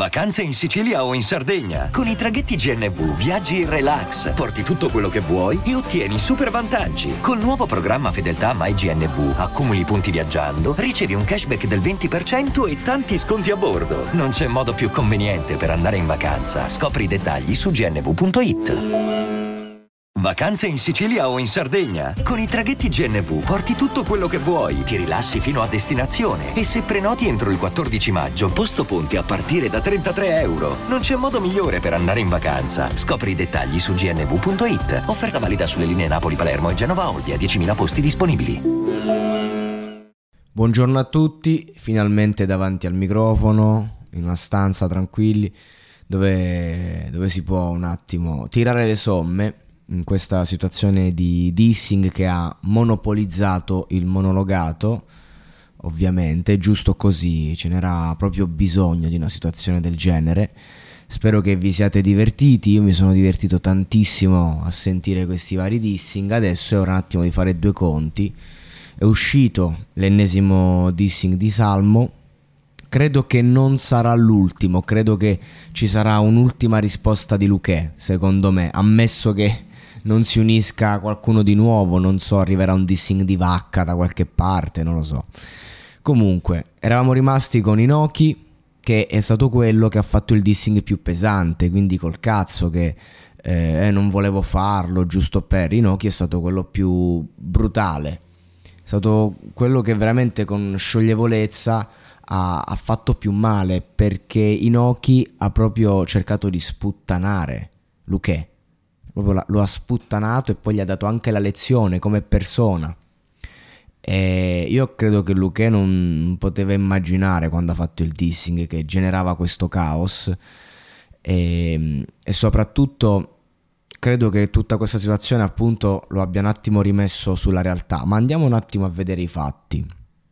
Vacanze in Sicilia o in Sardegna. Con i traghetti GNV viaggi in relax, porti tutto quello che vuoi e ottieni super vantaggi. Col nuovo programma Fedeltà MyGNV accumuli punti viaggiando, ricevi un cashback del 20% e tanti sconti a bordo. Non c'è modo più conveniente per andare in vacanza. Scopri i dettagli su gnv.it. Vacanze in Sicilia o in Sardegna. Con i traghetti GNV porti tutto quello che vuoi, ti rilassi fino a destinazione e se prenoti entro il 14 maggio, posto ponti a partire da €33. Non c'è modo migliore per andare in vacanza. Scopri i dettagli su gnv.it. Offerta valida sulle linee Napoli-Palermo e Genova-Olbia, 10.000 posti disponibili. Buongiorno a tutti, finalmente davanti al microfono, in una stanza tranquilli, dove si può un attimo tirare le somme in questa situazione di dissing che ha monopolizzato il monologato. Ovviamente, giusto così, ce n'era proprio bisogno di una situazione del genere. Spero che vi siate divertiti, io mi sono divertito tantissimo a sentire questi vari dissing. Adesso è ora un attimo di fare due conti. È uscito l'ennesimo dissing di Salmo. Credo che non sarà l'ultimo, credo che ci sarà un'ultima risposta di Luchè, secondo me, ammesso che non si unisca qualcuno di nuovo, non so, arriverà un dissing di Vacca da qualche parte, non lo so. Comunque, eravamo rimasti con Inoki, che è stato quello che ha fatto il dissing più pesante, quindi col cazzo che non volevo farlo, giusto per. Inoki è stato quello più brutale, è stato quello che veramente con scioglievolezza ha fatto più male, perché Inoki ha proprio cercato di sputtanare Luchè. Proprio lo ha sputtanato e poi gli ha dato anche la lezione come persona. E io credo che Luchè non poteva immaginare, quando ha fatto il dissing, che generava questo caos, e soprattutto credo che tutta questa situazione appunto lo abbia un attimo rimesso sulla realtà. Ma andiamo un attimo a vedere i fatti.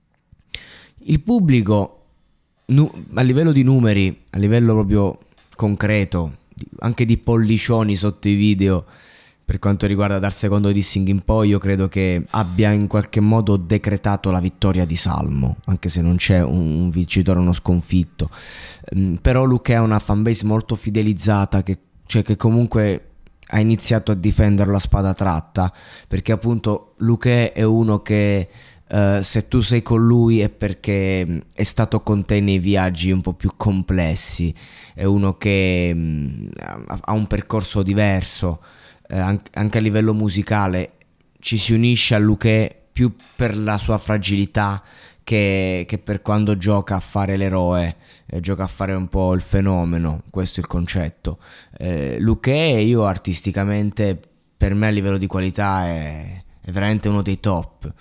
Il pubblico a livello di numeri, a livello proprio concreto, anche di pollicioni sotto i video, per quanto riguarda dal secondo dissing in poi, io credo che abbia in qualche modo decretato la vittoria di Salmo, anche se non c'è un vincitore o uno sconfitto. Però Luchè ha una fanbase molto fidelizzata, che comunque ha iniziato a difenderlo a spada tratta, perché appunto Luchè è uno che se tu sei con lui è perché è stato con te nei viaggi un po' più complessi, è uno che ha un percorso diverso, anche a livello musicale ci si unisce a Luchè più per la sua fragilità che per quando gioca a fare l'eroe, gioca a fare un po' il fenomeno. Questo è il concetto. Luchè, io artisticamente, per me a livello di qualità è veramente uno dei top.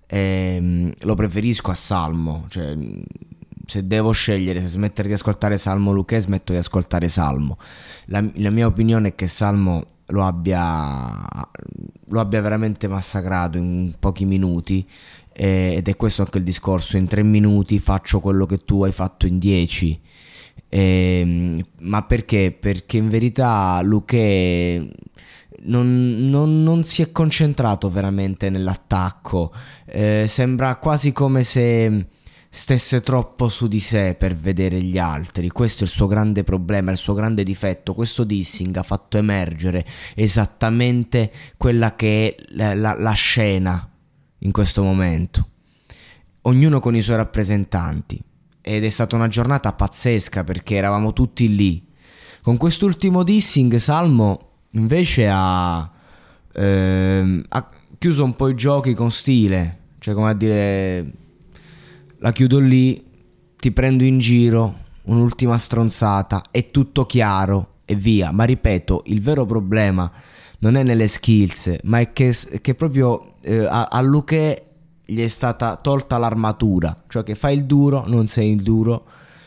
Lo preferisco a Salmo, cioè se devo scegliere, se smettere di ascoltare Salmo o Luchè, smetto di ascoltare Salmo. La mia opinione è che Salmo lo abbia veramente massacrato in pochi minuti, ed è questo anche il discorso: in 3 minuti faccio quello che tu hai fatto in 10. Ma perché? Perché in verità Luchè non si è concentrato veramente nell'attacco, sembra quasi come se stesse troppo su di sé per vedere gli altri. Questo è il suo grande problema, il suo grande difetto. Questo dissing ha fatto emergere esattamente quella che è la scena in questo momento, ognuno con i suoi rappresentanti, ed è stata una giornata pazzesca perché eravamo tutti lì. Con quest'ultimo dissing Salmo invece ha chiuso un po' i giochi con stile, cioè come a dire: la chiudo lì, ti prendo in giro, un'ultima stronzata, è tutto chiaro e via. Ma ripeto, il vero problema non è nelle skills, ma è che proprio a Luchè gli è stata tolta l'armatura, cioè che fai il duro, non sei il duro,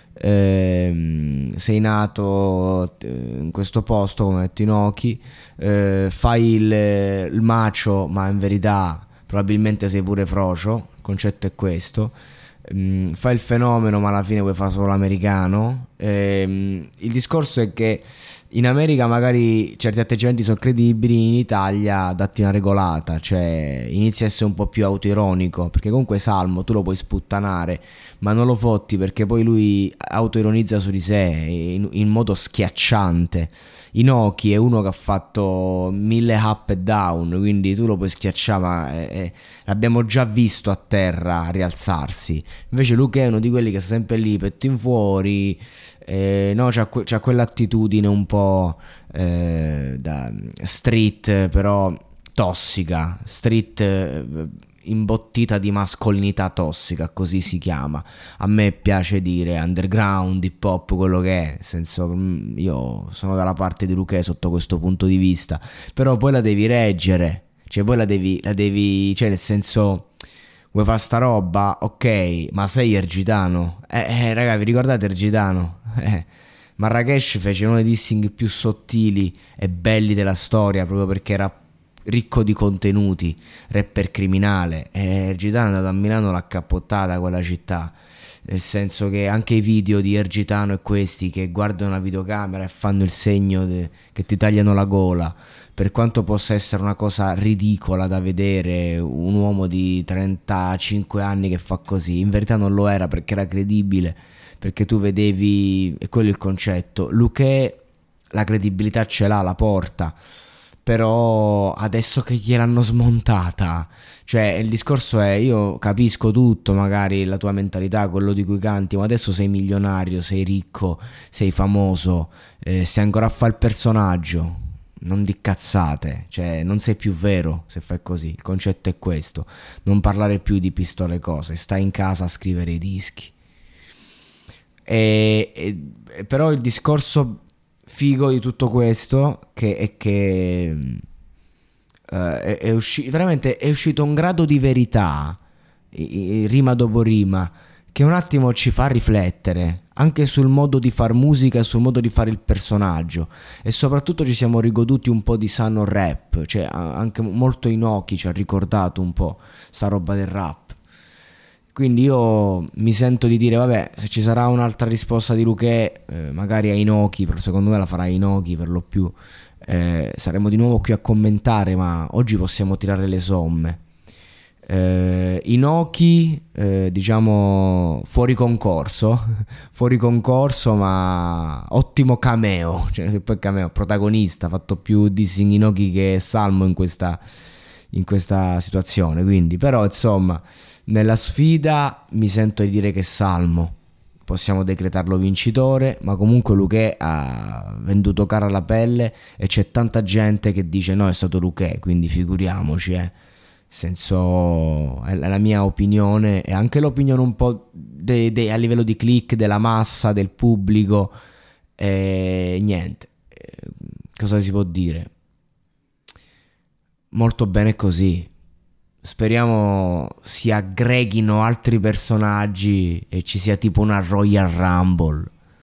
sei nato in questo posto come Inoki, fai il macho, ma in verità probabilmente sei pure frocio. Il concetto è questo. fai il fenomeno ma alla fine puoi fare solo l'americano. Il discorso è che in America magari certi atteggiamenti sono credibili, in Italia datti una regolata, cioè inizia a essere un po' più autoironico, perché comunque Salmo tu lo puoi sputtanare ma non lo fotti, perché poi lui autoironizza su di sé in modo schiacciante. Inoki è uno che ha fatto 1000 up e down, quindi tu lo puoi schiacciare, ma l'abbiamo già visto a terra rialzarsi. Invece Luke è uno di quelli che sta sempre lì, petto in fuori, no, c'ha quell'attitudine un po' da street, però tossica, street imbottita di mascolinità tossica, così si chiama. A me piace dire underground, hip hop, quello che è, nel senso, io sono dalla parte di Luque sotto questo punto di vista, però poi la devi reggere, cioè poi la devi, cioè nel senso, vuoi fare sta roba? Ok, ma sei Ergitano? Raga, vi ricordate Ergitano? Marrakesh fece uno dei dissing più sottili e belli della storia, proprio perché era ricco di contenuti, rapper criminale, e Ergitano è andato a Milano, l'ha cappottata quella città, nel senso che anche i video di Ergitano e questi che guardano la videocamera e fanno il segno che ti tagliano la gola, per quanto possa essere una cosa ridicola da vedere, un uomo di 35 anni che fa così, in verità non lo era, perché era credibile, perché tu vedevi, e quello è il concetto, Luque la credibilità ce l'ha, la porta, però adesso che gliel'hanno smontata, cioè il discorso è, io capisco tutto, magari la tua mentalità, quello di cui canti, ma adesso sei milionario, sei ricco, sei famoso, sei ancora a fare il personaggio, non di cazzate, cioè non sei più vero se fai così, il concetto è questo, non parlare più di pistole e cose, stai in casa a scrivere i dischi. Però il discorso figo di tutto questo è che veramente è uscito un grado di verità, rima dopo rima, che un attimo ci fa riflettere anche sul modo di far musica e sul modo di fare il personaggio, e soprattutto ci siamo rigoduti un po' di sano rap, cioè anche molto Inoki ci ha ricordato un po' sta roba del rap. Quindi io mi sento di dire, vabbè, se ci sarà un'altra risposta di Luché, magari a Inoki, però secondo me la farà Inoki per lo più, saremo di nuovo qui a commentare, ma oggi possiamo tirare le somme. Inoki, diciamo fuori concorso, ma ottimo cameo, cioè che poi cameo, protagonista, ha fatto più dissing Inoki che Salmo in questa situazione, quindi, però insomma, nella sfida mi sento di dire che Salmo possiamo decretarlo vincitore, ma comunque Luché ha venduto cara la pelle e c'è tanta gente che dice no, è stato Luché, quindi figuriamoci, senso, è la mia opinione e anche l'opinione un po' a livello di click della massa, del pubblico, e niente, cosa si può dire? Molto bene così. Speriamo si aggreghino altri personaggi e ci sia tipo una Royal Rumble.